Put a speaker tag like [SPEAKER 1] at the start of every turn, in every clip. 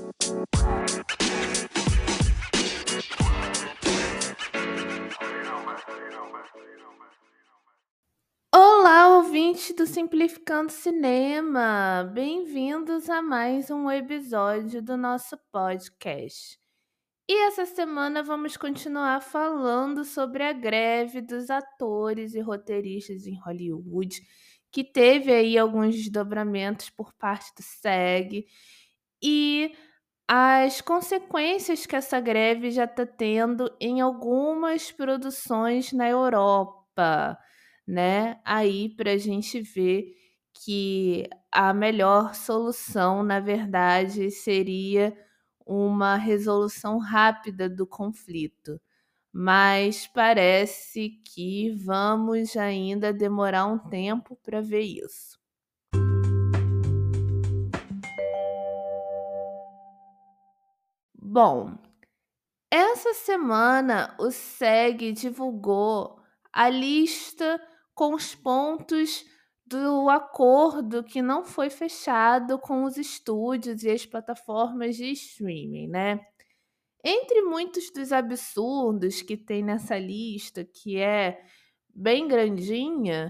[SPEAKER 1] Olá, ouvintes do Simplificando Cinema! Bem-vindos a mais um episódio do nosso podcast. E essa semana vamos continuar falando sobre a greve dos atores e roteiristas em Hollywood, que teve aí alguns desdobramentos por parte do SEG e as consequências que essa greve já está tendo em algumas produções na Europa, né? Aí para a gente ver que a melhor solução, na verdade, seria uma resolução rápida do conflito. Mas parece que vamos ainda demorar um tempo para ver isso. Bom, essa semana o SEG divulgou a lista com os pontos do acordo que não foi fechado com os estúdios e as plataformas de streaming, né? Entre muitos dos absurdos que tem nessa lista, que é bem grandinha,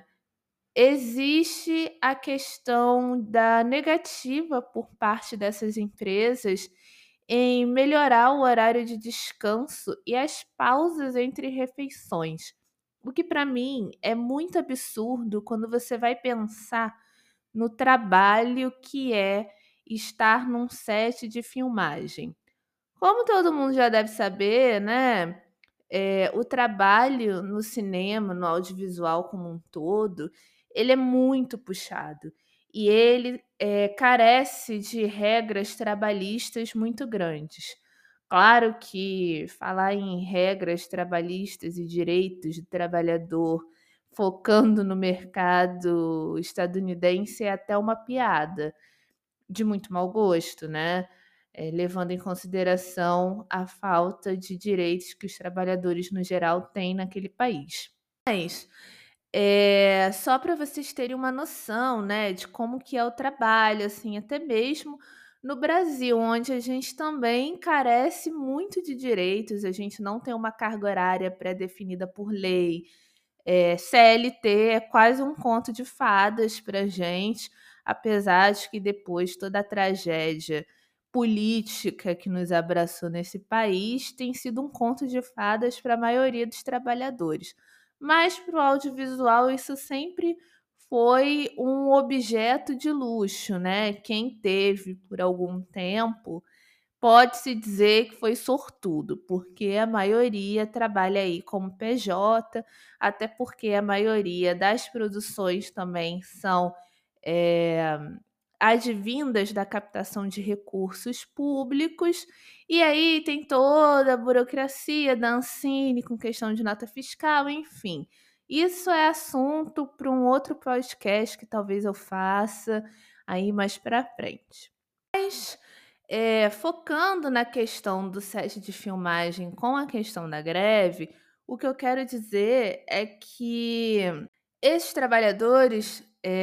[SPEAKER 1] existe a questão da negativa por parte dessas empresas em melhorar o horário de descanso e as pausas entre refeições. O que para mim é muito absurdo quando você vai pensar no trabalho que é estar num set de filmagem. Como todo mundo já deve saber, né, o trabalho no cinema, no audiovisual como um todo, ele é muito puxado. E ele, carece de regras trabalhistas muito grandes. Claro que falar em regras trabalhistas e direitos do trabalhador focando no mercado estadunidense é até uma piada de muito mau gosto, né, levando em consideração a falta de direitos que os trabalhadores no geral têm naquele país. Mas, só para vocês terem uma noção, né, de como que é o trabalho, assim, até mesmo no Brasil, onde a gente também carece muito de direitos, a gente não tem uma carga horária pré-definida por lei, CLT é quase um conto de fadas pra gente, apesar de que depois toda a tragédia política que nos abraçou nesse país tem sido um conto de fadas para a maioria dos trabalhadores. Mas para o audiovisual isso sempre foi um objeto de luxo, né. Quem teve por algum tempo pode-se dizer que foi sortudo, porque a maioria trabalha aí como PJ, até porque a maioria das produções também são, eh, advindas da captação de recursos públicos, e aí tem toda a burocracia da Ancine com questão de nota fiscal, enfim. Isso é assunto para um outro podcast que talvez eu faça aí mais para frente. Mas focando na questão do set de filmagem com a questão da greve, o que eu quero dizer é que esses trabalhadores,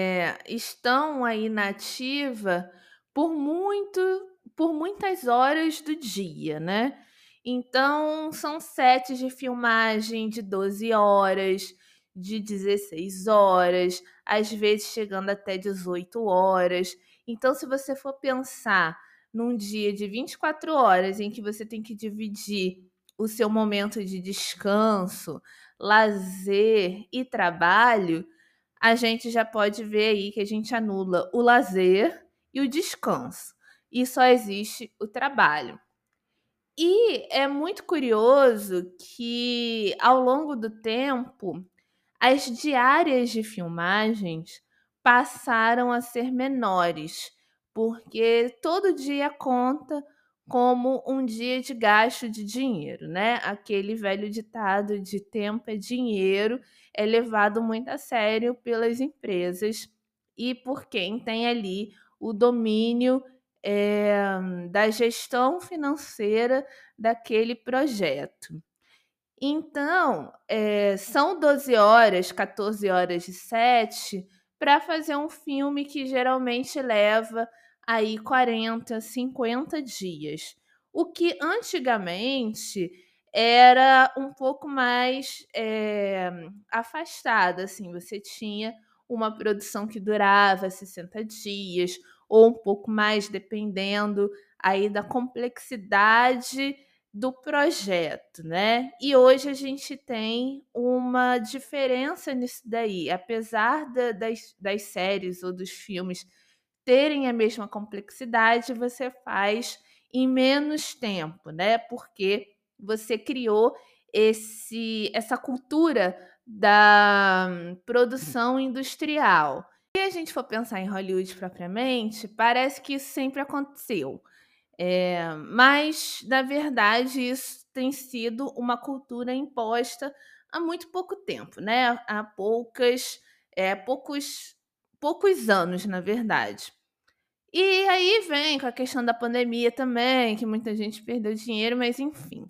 [SPEAKER 1] estão aí na ativa por muito por muitas horas do dia, né. Então são sets de filmagem de 12 horas, de 16 horas, às vezes chegando até 18 horas. Então se você for pensar num dia de 24 horas em que você tem que dividir o seu momento de descanso, lazer e trabalho, a gente já pode ver aí que a gente anula o lazer e o descanso, e só existe o trabalho. E é muito curioso que, ao longo do tempo, as diárias de filmagens passaram a ser menores, porque todo dia conta como um dia de gasto de dinheiro, né? Aquele velho ditado de tempo é dinheiro é levado muito a sério pelas empresas e por quem tem ali o domínio da gestão financeira daquele projeto. Então, são 12 horas, 14 horas de set para fazer um filme que geralmente leva aí 40, 50 dias. O que antigamente era um pouco mais, afastada, assim, você tinha uma produção que durava 60 dias ou um pouco mais, dependendo aí da complexidade do projeto, né. E hoje a gente tem uma diferença nisso daí, apesar das séries ou dos filmes terem a mesma complexidade, você faz em menos tempo, né, porque você criou essa cultura da produção industrial. Se a gente for pensar em Hollywood propriamente, parece que isso sempre aconteceu. Mas, na verdade, isso tem sido uma cultura imposta há muito pouco tempo, né, há poucos anos, na verdade. E aí vem com a questão da pandemia também, que muita gente perdeu dinheiro, mas enfim.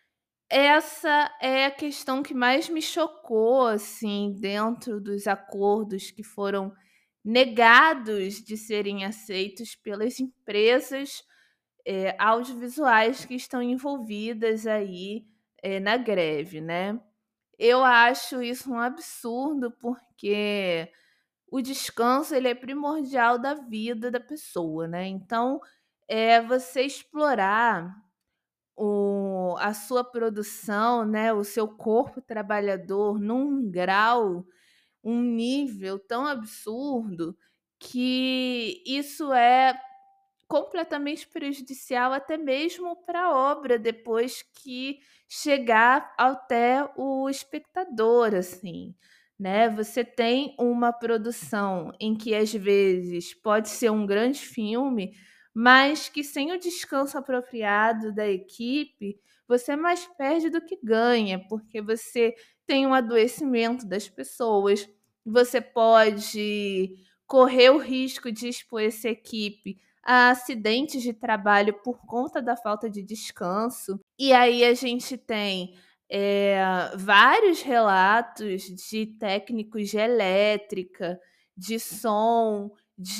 [SPEAKER 1] Essa é a questão que mais me chocou, assim, dentro dos acordos que foram negados de serem aceitos pelas empresas, audiovisuais que estão envolvidas aí, na greve, né. Eu acho isso um absurdo, porque o descanso ele é primordial da vida da pessoa, né, então, você explorar a sua produção, né, o seu corpo trabalhador num grau, um nível tão absurdo, que isso é completamente prejudicial até mesmo para a obra depois que chegar até o espectador, assim, né. Você tem uma produção em que às vezes pode ser um grande filme, mas que sem o descanso apropriado da equipe, você mais perde do que ganha, porque você tem um adoecimento das pessoas, você pode correr o risco de expor essa equipe a acidentes de trabalho por conta da falta de descanso. E aí a gente tem, vários relatos de técnicos de elétrica, de som,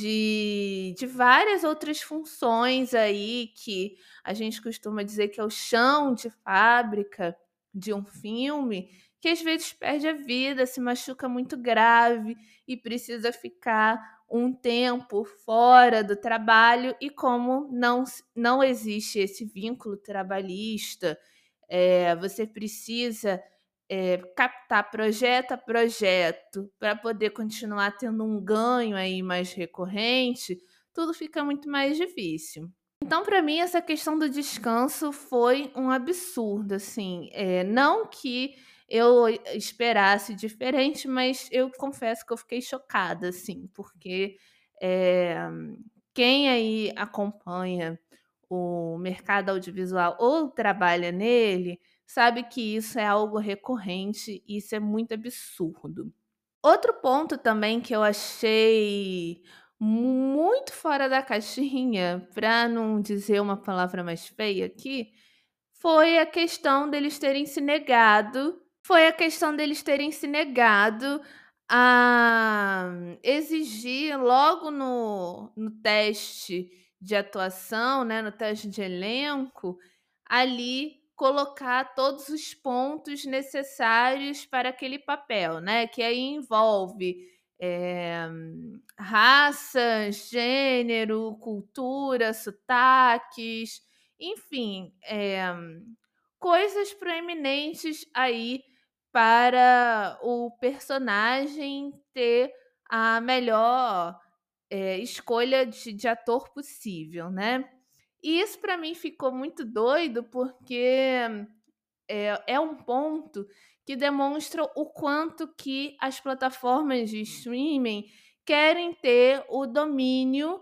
[SPEAKER 1] de várias outras funções aí que a gente costuma dizer que é o chão de fábrica de um filme, que às vezes perde a vida, se machuca muito grave e precisa ficar um tempo fora do trabalho e como não existe esse vínculo trabalhista, você precisa, captar projeto a projeto para poder continuar tendo um ganho aí mais recorrente, tudo fica muito mais difícil. Então, para mim, essa questão do descanso foi um absurdo, assim, não que eu esperasse diferente, mas eu confesso que eu fiquei chocada, assim, porque, eh, quem aí acompanha o mercado audiovisual ou trabalha nele, sabe que isso é algo recorrente e isso é muito absurdo. Outro ponto também que eu achei muito fora da caixinha, para não dizer uma palavra mais feia aqui, foi a questão deles terem se negado a exigir logo no teste de atuação, né, no teste de elenco, ali colocar todos os pontos necessários para aquele papel, né, que aí envolve, raça, gênero, cultura, sotaques, enfim, coisas proeminentes aí para o personagem ter a melhor, escolha de ator possível, né. E isso para mim ficou muito doido, porque é um ponto que demonstra o quanto que as plataformas de streaming querem ter o domínio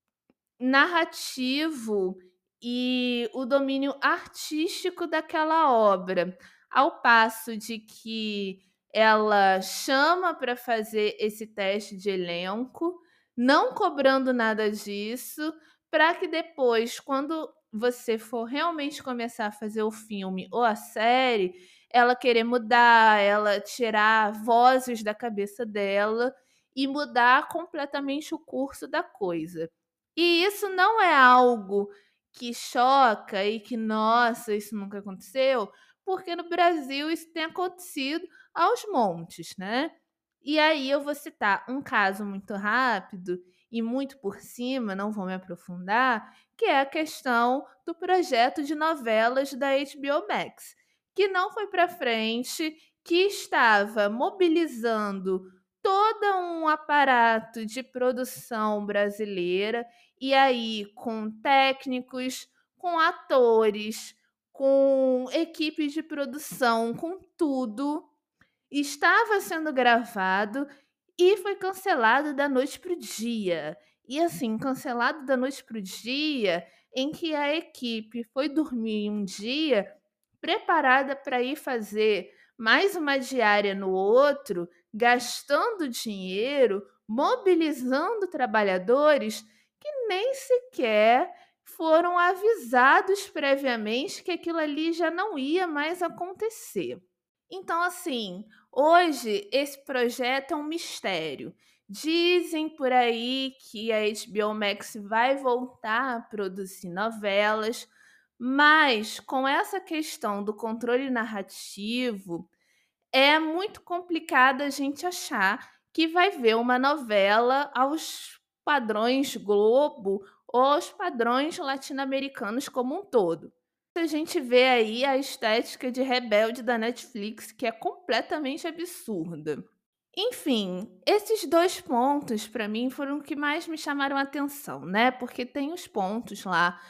[SPEAKER 1] narrativo e o domínio artístico daquela obra, ao passo de que ela chama para fazer esse teste de elenco, não cobrando nada disso, para que depois, quando você for realmente começar a fazer o filme ou a série, ela querer mudar, ela tirar vozes da cabeça dela e mudar completamente o curso da coisa. E isso não é algo que choca e que, nossa, isso nunca aconteceu, porque no Brasil isso tem acontecido aos montes, né. E aí eu vou citar um caso muito rápido e muito por cima, não vou me aprofundar, que é a questão do projeto de novelas da HBO Max, que não foi para frente, que estava mobilizando todo um aparato de produção brasileira, e aí com técnicos, com atores, com equipe de produção, com tudo, estava sendo gravado e foi cancelado da noite para o dia. E assim, cancelado da noite para o dia, em que a equipe foi dormir um dia preparada para ir fazer mais uma diária no outro, gastando dinheiro, mobilizando trabalhadores que nem sequer foram avisados previamente que aquilo ali já não ia mais acontecer. Então, assim, hoje esse projeto é um mistério. Dizem por aí que a HBO Max vai voltar a produzir novelas, mas com essa questão do controle narrativo, é muito complicado a gente achar que vai ver uma novela aos padrões Globo ou aos padrões latino-americanos como um todo. A gente vê aí a estética de Rebelde da Netflix, que é completamente absurda. Enfim, esses 2 pontos para mim foram o que mais me chamaram a atenção, né, porque tem os pontos lá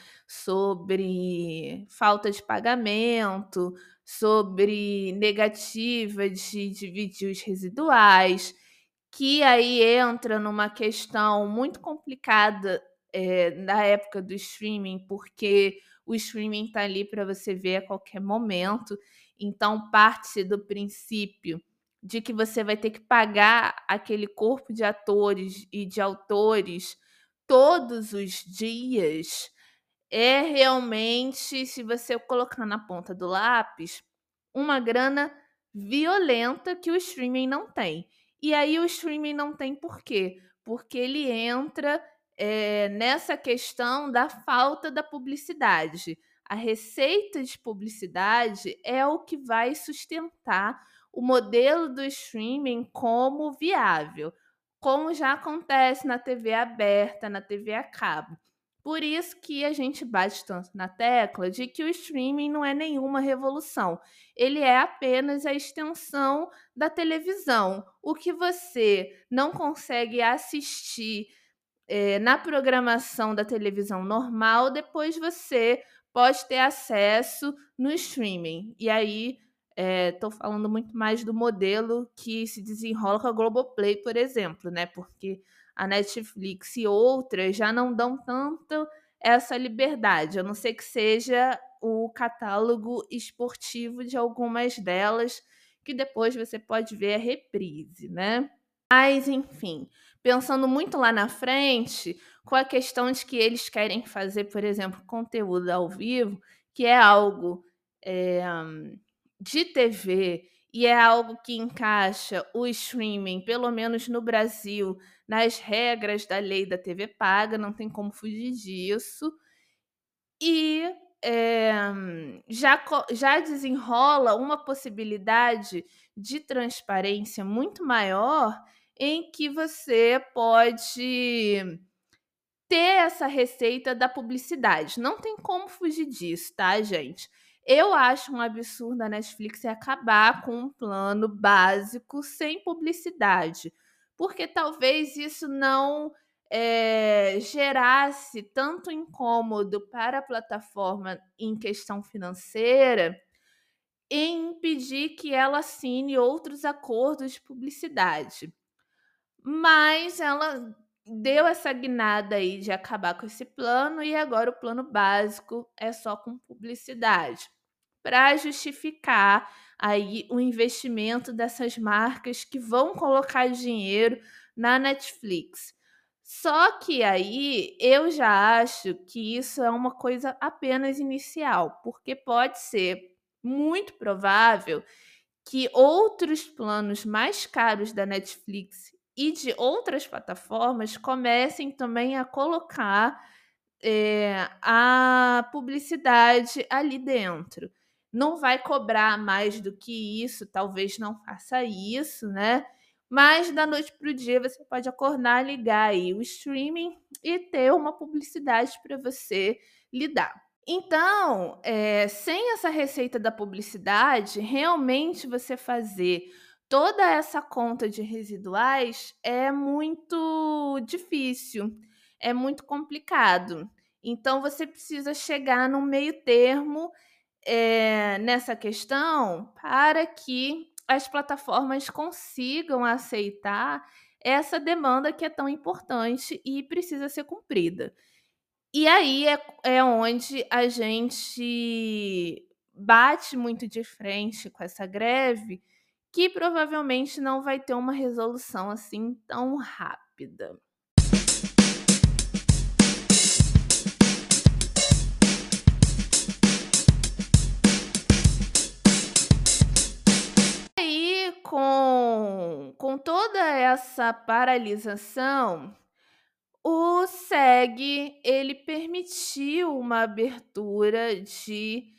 [SPEAKER 1] sobre falta de pagamento, sobre negativa de dividir os residuais, que aí entra numa questão muito complicada, na época do streaming, porque o streaming está ali para você ver a qualquer momento, então parte-se do princípio de que você vai ter que pagar aquele corpo de atores e de autores todos os dias, é realmente, se você colocar na ponta do lápis, uma grana violenta que o streaming não tem. E aí o streaming não tem por quê? Porque ele entra, nessa questão da falta da publicidade. A receita de publicidade é o que vai sustentar o modelo do streaming como viável, como já acontece na TV aberta, na TV a cabo. Por isso que a gente bate tanto na tecla de que o streaming não é nenhuma revolução. Ele é apenas a extensão da televisão. O que você não consegue assistir na programação da televisão normal, depois você pode ter acesso no streaming. E aí, estou falando muito mais do modelo que se desenrola com a Globoplay, por exemplo, né, porque a Netflix e outras já não dão tanto essa liberdade, a não ser que seja o catálogo esportivo de algumas delas, que depois você pode ver a reprise, né. Mas enfim, pensando muito lá na frente, com a questão de que eles querem fazer, por exemplo, conteúdo ao vivo, que é algo, eh, de TV e é algo que encaixa o streaming, pelo menos no Brasil, nas regras da lei da TV paga, não tem como fugir disso. E, já desenrola uma possibilidade de transparência muito maior, em que você pode ter essa receita da publicidade. Não tem como fugir disso, tá, gente? Eu acho um absurdo a Netflix acabar com um plano básico sem publicidade, porque talvez isso não, gerasse tanto incômodo para a plataforma em questão financeira, em impedir que ela assine outros acordos de publicidade. Mas ela deu essa guinada aí de acabar com esse plano e agora o plano básico é só com publicidade, para justificar aí o investimento dessas marcas que vão colocar dinheiro na Netflix. Só que aí eu já acho que isso é uma coisa apenas inicial, porque pode ser muito provável que outros planos mais caros da Netflix e de outras plataformas comecem também a colocar a publicidade ali dentro. Não vai cobrar mais do que isso, talvez não faça isso, né, mas da noite para o dia você pode acordar, ligar aí o streaming e ter uma publicidade para você lidar. Então, sem essa receita da publicidade, realmente você fazer toda essa conta de residuais é muito difícil, é muito complicado. Então você precisa chegar num meio termo, nessa questão, para que as plataformas consigam aceitar essa demanda que é tão importante e precisa ser cumprida. E aí é onde a gente bate muito de frente com essa greve, que provavelmente não vai ter uma resolução assim tão rápida. Aí, com toda essa paralisação, o SEG, ele permitiu uma abertura de,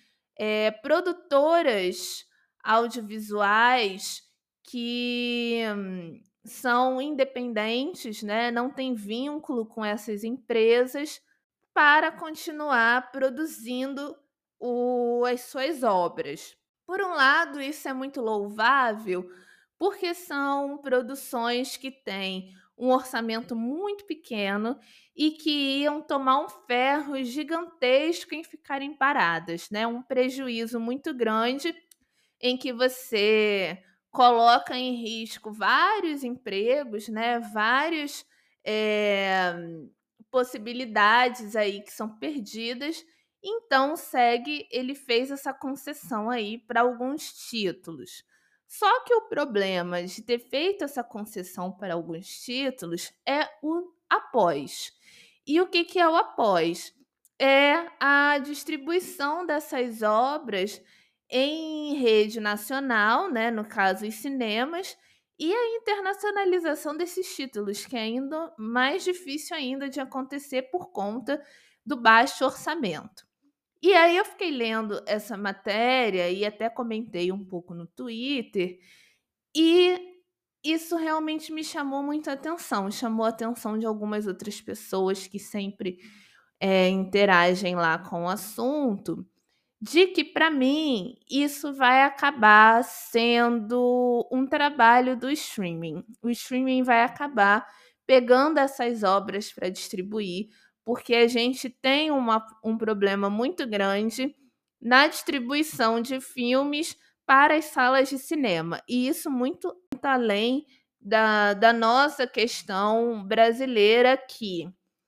[SPEAKER 1] produtoras audiovisuais que são independentes, né, não têm vínculo com essas empresas, para continuar produzindo as suas obras. Por um lado, isso é muito louvável, porque são produções que têm um orçamento muito pequeno e que iam tomar um ferro gigantesco em ficarem paradas, né? Um prejuízo muito grande em que você coloca em risco vários empregos, né? Vários eh, possibilidades aí que são perdidas. Então o SEG ele fez essa concessão aí para alguns títulos. Só que o problema de ter feito essa concessão para alguns títulos é o após. E o que é o após? É a distribuição dessas obras em rede nacional, né, no caso os cinemas, e a internacionalização desses títulos, que é ainda mais difícil ainda de acontecer por conta do baixo orçamento. E aí eu fiquei lendo essa matéria e até comentei um pouco no Twitter, e isso realmente me chamou muita atenção, chamou a atenção de algumas outras pessoas que sempre, interagem lá com o assunto, de que para mim isso vai acabar sendo um trabalho do streaming. O streaming vai acabar pegando essas obras para distribuir, porque a gente tem um problema muito grande na distribuição de filmes para as salas de cinema, e isso muito além da nossa questão brasileira aqui.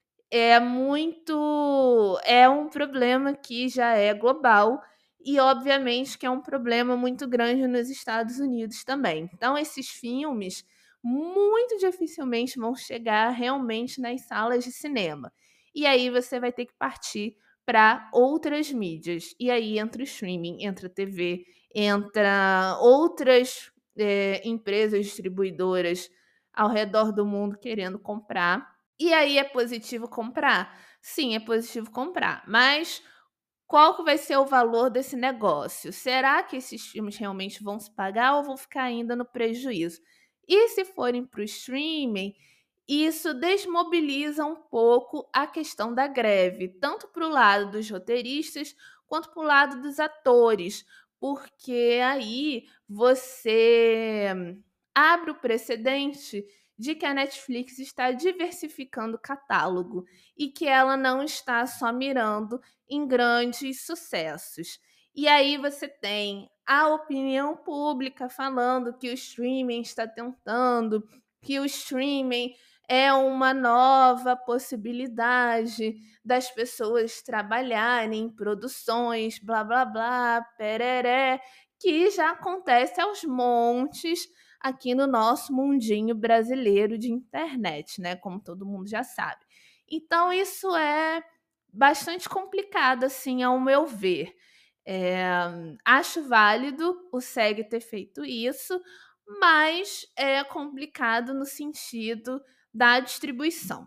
[SPEAKER 1] É um problema que já é global e obviamente que é um problema muito grande nos Estados Unidos também. Então esses filmes muito dificilmente vão chegar realmente nas salas de cinema. E aí você vai ter que partir para outras mídias. E aí entra o streaming, entra a TV, entra outras, empresas distribuidoras ao redor do mundo querendo comprar, e aí é positivo comprar? Sim, é positivo comprar, mas qual que vai ser o valor desse negócio? Será que esses filmes realmente vão se pagar ou vão ficar ainda no prejuízo? E se forem para o streaming, isso desmobiliza um pouco a questão da greve, tanto para o lado dos roteiristas quanto para o lado dos atores, porque aí você abre o precedente de que a Netflix está diversificando o catálogo e que ela não está só mirando em grandes sucessos. E aí você tem a opinião pública falando que o streaming está tentando, que o streaming é uma nova possibilidade das pessoas trabalharem em produções, blá blá blá, pereré, que já acontece aos montes aqui no nosso mundinho brasileiro de internet, né, como todo mundo já sabe. Então isso é bastante complicado, assim, ao meu ver. Eh, Acho válido o SEG ter feito isso, mas é complicado no sentido da distribuição.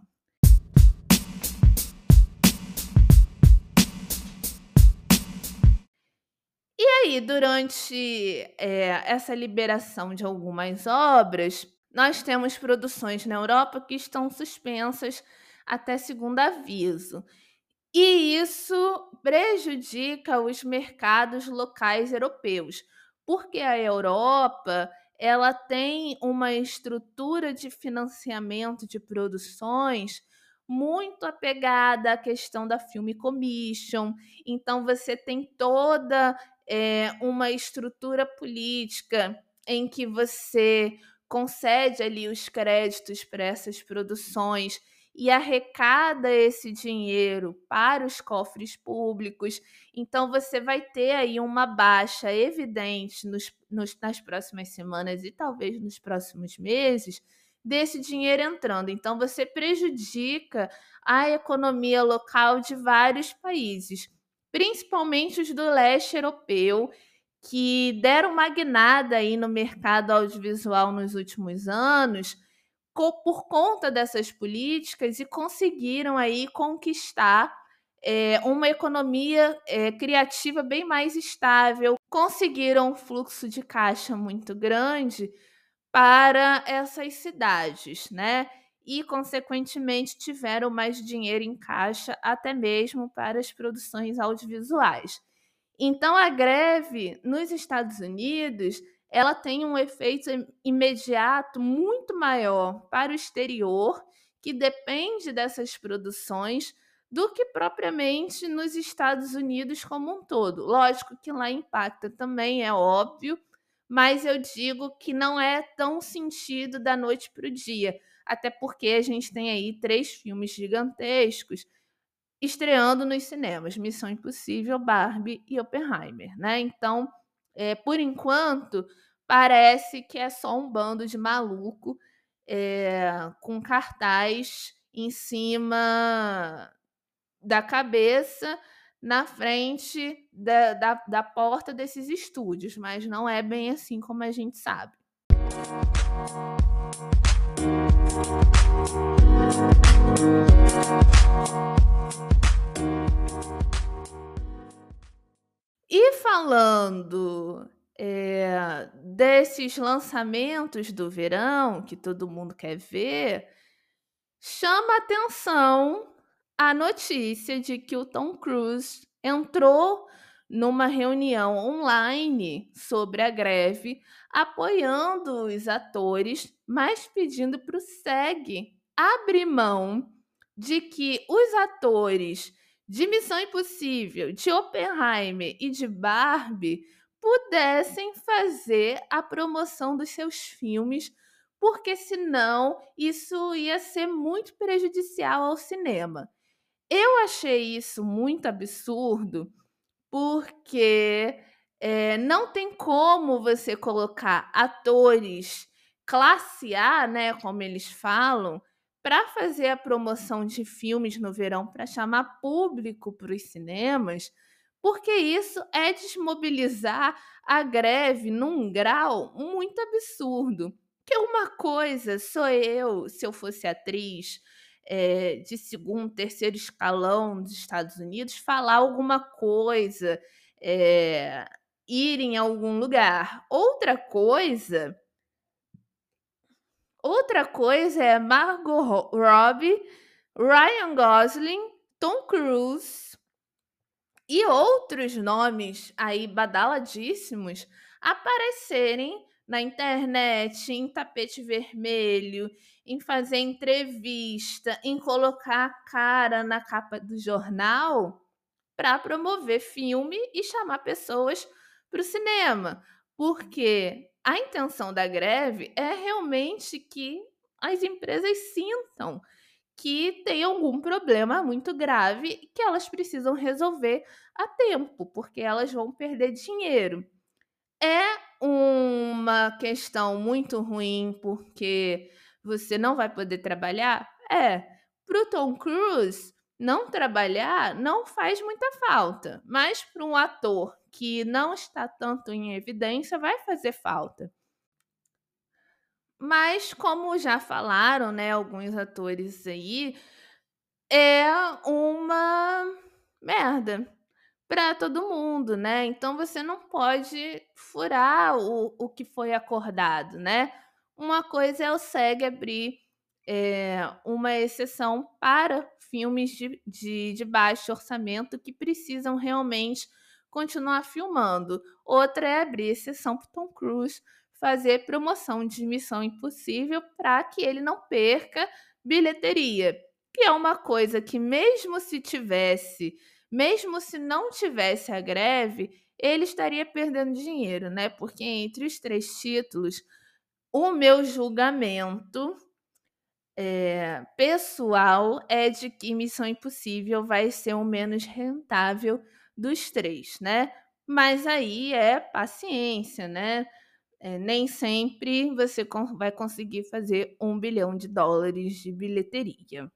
[SPEAKER 1] E aí, durante, essa liberação de algumas obras, nós temos produções na Europa que estão suspensas até segundo aviso. E isso prejudica os mercados locais europeus, porque a Europa, ela tem uma estrutura de financiamento de produções muito apegada à questão da Film Commission. Então você tem toda, uma estrutura política em que você concede ali os créditos para essas produções e arrecada esse dinheiro para os cofres públicos. Então você vai ter aí uma baixa evidente nas próximas semanas e talvez nos próximos meses desse dinheiro entrando. Então você prejudica a economia local de vários países, principalmente os do leste europeu, que deram uma guinada aí no mercado audiovisual nos últimos anos, por conta dessas políticas, e conseguiram aí conquistar, uma economia, criativa bem mais estável, conseguiram um fluxo de caixa muito grande para essas cidades, né, e consequentemente tiveram mais dinheiro em caixa até mesmo para as produções audiovisuais. Então a greve nos Estados Unidos, ela tem um efeito imediato muito maior para o exterior, que depende dessas produções, do que propriamente nos Estados Unidos como um todo. Lógico que lá impacta também, é óbvio, mas eu digo que não é tão sentido da noite para o dia, até porque a gente tem aí 3 filmes gigantescos estreando nos cinemas: Missão Impossível, Barbie e Oppenheimer, né. Então, por enquanto, parece que é só um bando de maluco, com cartaz em cima da cabeça, na frente da porta desses estúdios, mas não é bem assim como a gente sabe. E falando, desses lançamentos do verão que todo mundo quer ver, chama atenção a notícia de que o Tom Cruise entrou numa reunião online sobre a greve, apoiando os atores, mas pedindo para o SEG abrir mão de que os atores de Missão Impossível, de Oppenheimer e de Barbie pudessem fazer a promoção dos seus filmes, porque senão isso ia ser muito prejudicial ao cinema. Eu achei isso muito absurdo, porque, não tem como você colocar atores classe A, né, como eles falam, para fazer a promoção de filmes no verão, para chamar público para os cinemas, porque isso é desmobilizar a greve num grau muito absurdo. Que uma coisa sou eu, se eu fosse atriz, de segundo, terceiro escalão dos Estados Unidos, falar alguma coisa, eh, ir em algum lugar. Outra coisa é Margot Robbie, Ryan Gosling, Tom Cruise e outros nomes aí badaladíssimos aparecerem na internet, em tapete vermelho, em fazer entrevista, em colocar a cara na capa do jornal para promover filme e chamar pessoas para o cinema. Porque a intenção da greve é realmente que as empresas sintam que tem algum problema muito grave que elas precisam resolver a tempo, porque elas vão perder dinheiro. É uma questão muito ruim, porque você não vai poder trabalhar? É. Para o Tom Cruise, não trabalhar não faz muita falta, mas para um ator que não está tanto em evidência, vai fazer falta. Mas como já falaram, né, alguns atores aí, é uma merda para todo mundo, né, então você não pode furar o que foi acordado, né. Uma coisa é o SEG abrir, uma exceção para filmes de baixo orçamento que precisam realmente continuar filmando. Outra é abrir exceção para o Tom Cruise fazer promoção de Missão Impossível para que ele não perca bilheteria, que é uma coisa que mesmo se não tivesse a greve, ele estaria perdendo dinheiro, né, porque entre os 3 títulos, o meu julgamento, pessoal é de que Missão Impossível vai ser o menos rentável dos 3, né. Mas aí é paciência, né, nem sempre você vai conseguir fazer US$ 1 bilhão de bilheteria.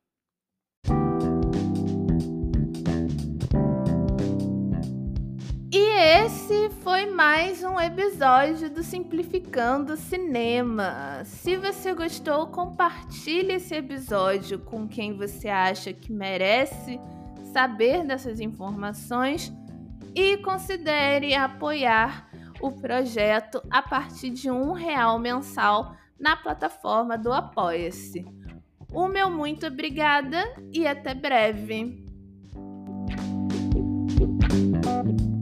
[SPEAKER 1] E esse foi mais um episódio do Simplificando Cinema. Se você gostou, compartilhe esse episódio com quem você acha que merece saber dessas informações e considere apoiar o projeto a partir de R$ 1 mensal na plataforma do Apoia-se. O meu muito obrigada e até breve.